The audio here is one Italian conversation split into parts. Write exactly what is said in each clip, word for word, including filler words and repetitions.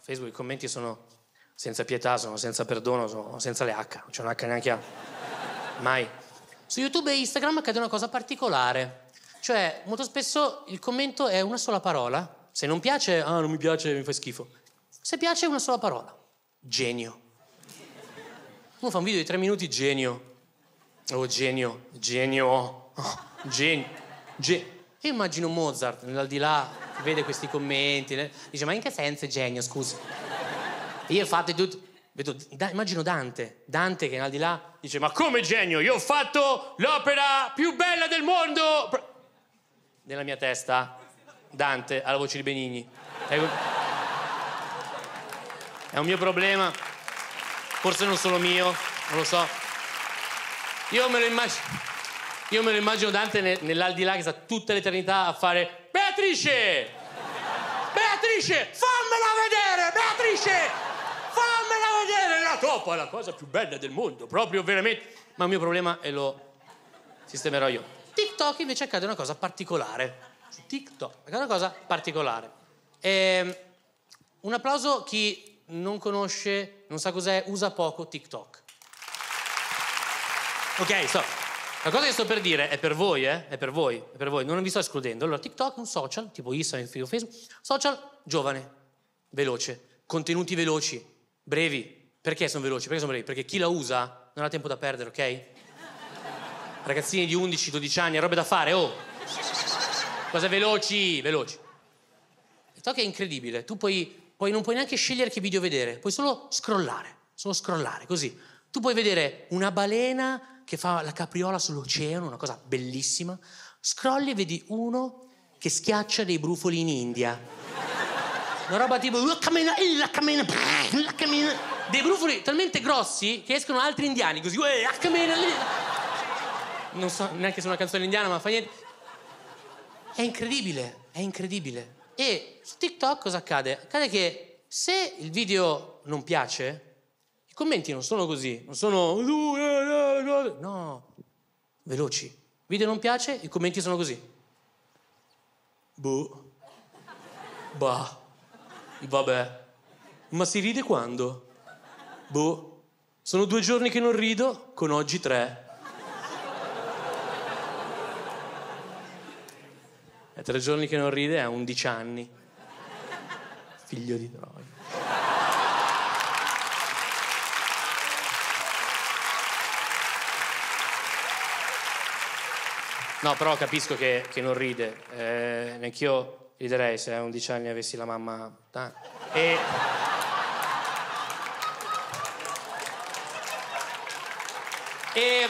Facebook i commenti sono senza pietà, sono senza perdono, sono senza le H, non c'è un H neanche a... mai. Su YouTube e Instagram accade una cosa particolare, cioè molto spesso il commento è una sola parola. Se non piace, ah, non mi piace, mi fa schifo. Se piace è una sola parola, genio. Uno fa un video di tre minuti, genio. Oh, genio, genio, oh, genio, genio. Io immagino Mozart, nell'aldilà, che vede questi commenti, né? Dice, ma in che senso è genio, scusa? Io ho fatto tutto... Vedo, da, immagino Dante, Dante che nell'aldilà dice, ma come genio? Io ho fatto l'opera più bella del mondo! Nella mia testa, Dante ha la voce di Benigni. È un mio problema, forse non solo mio, non lo so. Io me lo immagino, io me lo immagino Dante nell'aldilà che sta tutta l'eternità a fare Beatrice! Beatrice! Fammela vedere, Beatrice! Fammela vedere! La topa è la cosa più bella del mondo, proprio veramente. Ma il mio problema è lo sistemerò io. TikTok invece accade una cosa particolare. Su TikTok accade una cosa particolare. E, un applauso chi non conosce, non sa cos'è, usa poco TikTok. Ok, sto. La cosa che sto per dire è per voi, eh? È per voi, è per voi. Non vi sto escludendo. Allora, TikTok è un social, tipo Instagram, Facebook, social giovane, veloce, contenuti veloci, brevi. Perché sono veloci? Perché sono brevi? Perché chi la usa non ha tempo da perdere, ok? Ragazzini di undici dodici anni, ha robe da fare, oh! Cose veloci, veloci. TikTok è incredibile. Tu puoi, puoi, non puoi neanche scegliere che video vedere, puoi solo scrollare, solo scrollare, così. Tu puoi vedere una balena che fa la capriola sull'oceano, una cosa bellissima. Scrolli e vedi uno che schiaccia dei brufoli in India. Una roba tipo... Dei brufoli talmente grossi che escono altri indiani, così... Non so neanche se è una canzone indiana, ma fa niente. È incredibile, è incredibile. E su TikTok cosa accade? Accade che se il video non piace... I commenti non sono così, non sono... No, veloci. Il video non piace, i commenti sono così. Boh. Bah. Vabbè. Ma si ride quando? Boh. Sono due giorni che non rido, con oggi tre. È tre giorni che non ride, ha undici anni. Figlio di droga. No, però capisco che, che non ride. Eh, neanch'io riderei se a undici anni avessi la mamma... Ah. E... e...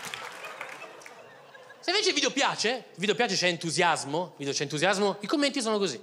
Se invece il video piace, il video piace, c'è entusiasmo, il video c'è entusiasmo, i commenti sono così.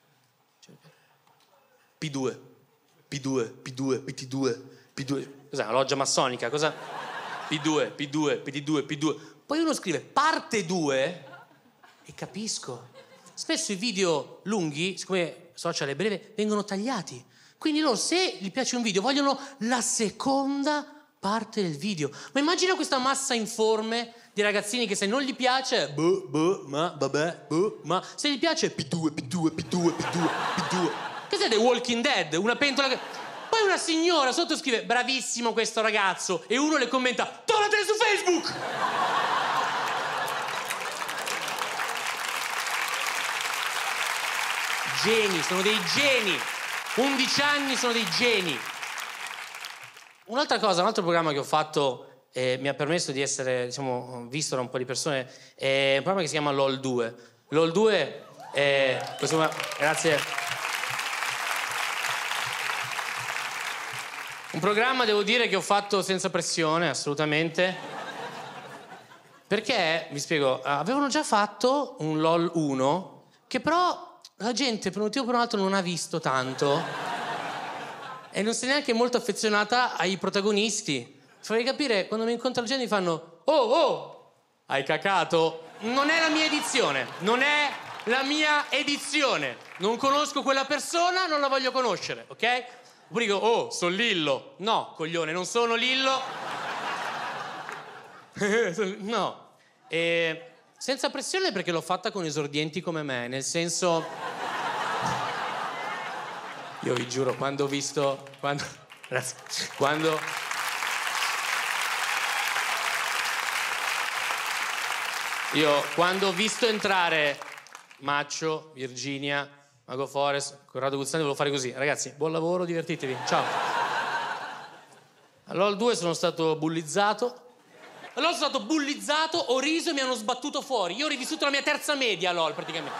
P due, P due, P due, P T due, P due... Cos'è, una loggia massonica? Cosa? P due, P due, P T due, P due... Poi uno scrive parte due e capisco. Spesso i video lunghi, siccome social è breve, vengono tagliati. Quindi loro, se gli piace un video, vogliono la seconda parte del video. Ma immagina questa massa informe di ragazzini che se non gli piace, boh, boh, ma, vabbè, boh, ma... Se gli piace, P due, P due, P due, P due, P due. Che siete Walking Dead? Una pentola che... Poi una signora sotto scrive, bravissimo questo ragazzo. E uno le commenta, tornatene su Facebook! Geni, sono dei geni. undici anni sono dei geni. Un'altra cosa, un altro programma che ho fatto eh, mi ha permesso di essere, diciamo, visto da un po' di persone, è un programma che si chiama LOL due. LOL due è... Questo, grazie. Un programma, devo dire, che ho fatto senza pressione, assolutamente. Perché, vi spiego, avevano già fatto un LOL uno, che però... La gente, per un motivo o per un altro, non ha visto tanto e non si è neanche molto affezionata ai protagonisti. Farei capire, quando mi incontra la gente mi fanno oh, oh, hai cacato? Non è la mia edizione, non è la mia edizione. Non conosco quella persona, non la voglio conoscere, ok? Oppure dico, oh, sono Lillo. No, coglione, non sono Lillo. No. E... Senza pressione perché l'ho fatta con esordienti come me, nel senso... Io vi giuro, quando ho visto... Quando... Grazie. Quando... Io, quando ho visto entrare Maccio, Virginia, Mago Forest, Corrado Guzzanti, volevo fare così. Ragazzi, buon lavoro, divertitevi. Ciao. Allora al due sono stato bullizzato. Allora sono stato bullizzato, ho riso e mi hanno sbattuto fuori. Io ho rivissuto la mia terza media, LOL, praticamente.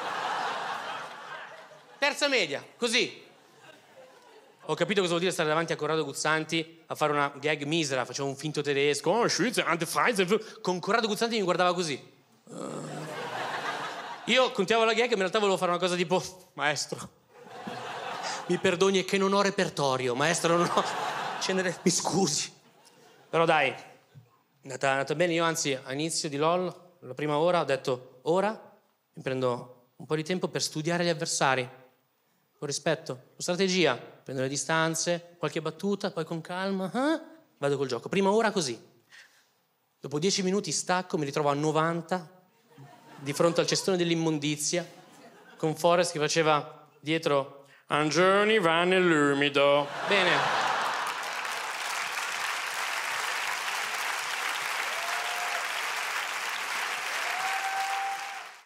Terza media, così. Ho capito cosa vuol dire stare davanti a Corrado Guzzanti a fare una gag misera, facevo un finto tedesco. Oh, con Corrado Guzzanti mi guardava così. Uh. Io continuavo la gag e in realtà volevo fare una cosa tipo: maestro, mi perdoni, è che non ho repertorio, maestro, non ho... Cenere... mi scusi. Però dai, è andata, è andata bene. Io anzi, all'inizio di LOL, la prima ora, ho detto: ora mi prendo un po' di tempo per studiare gli avversari, con rispetto, con strategia, prendo le distanze, qualche battuta, poi con calma, eh? Vado col gioco. Prima ora così. Dopo dieci minuti stacco, mi ritrovo a novanta di fronte al cestone dell'immondizia, con Forest che faceva dietro: Angioni va nell'umido. Bene.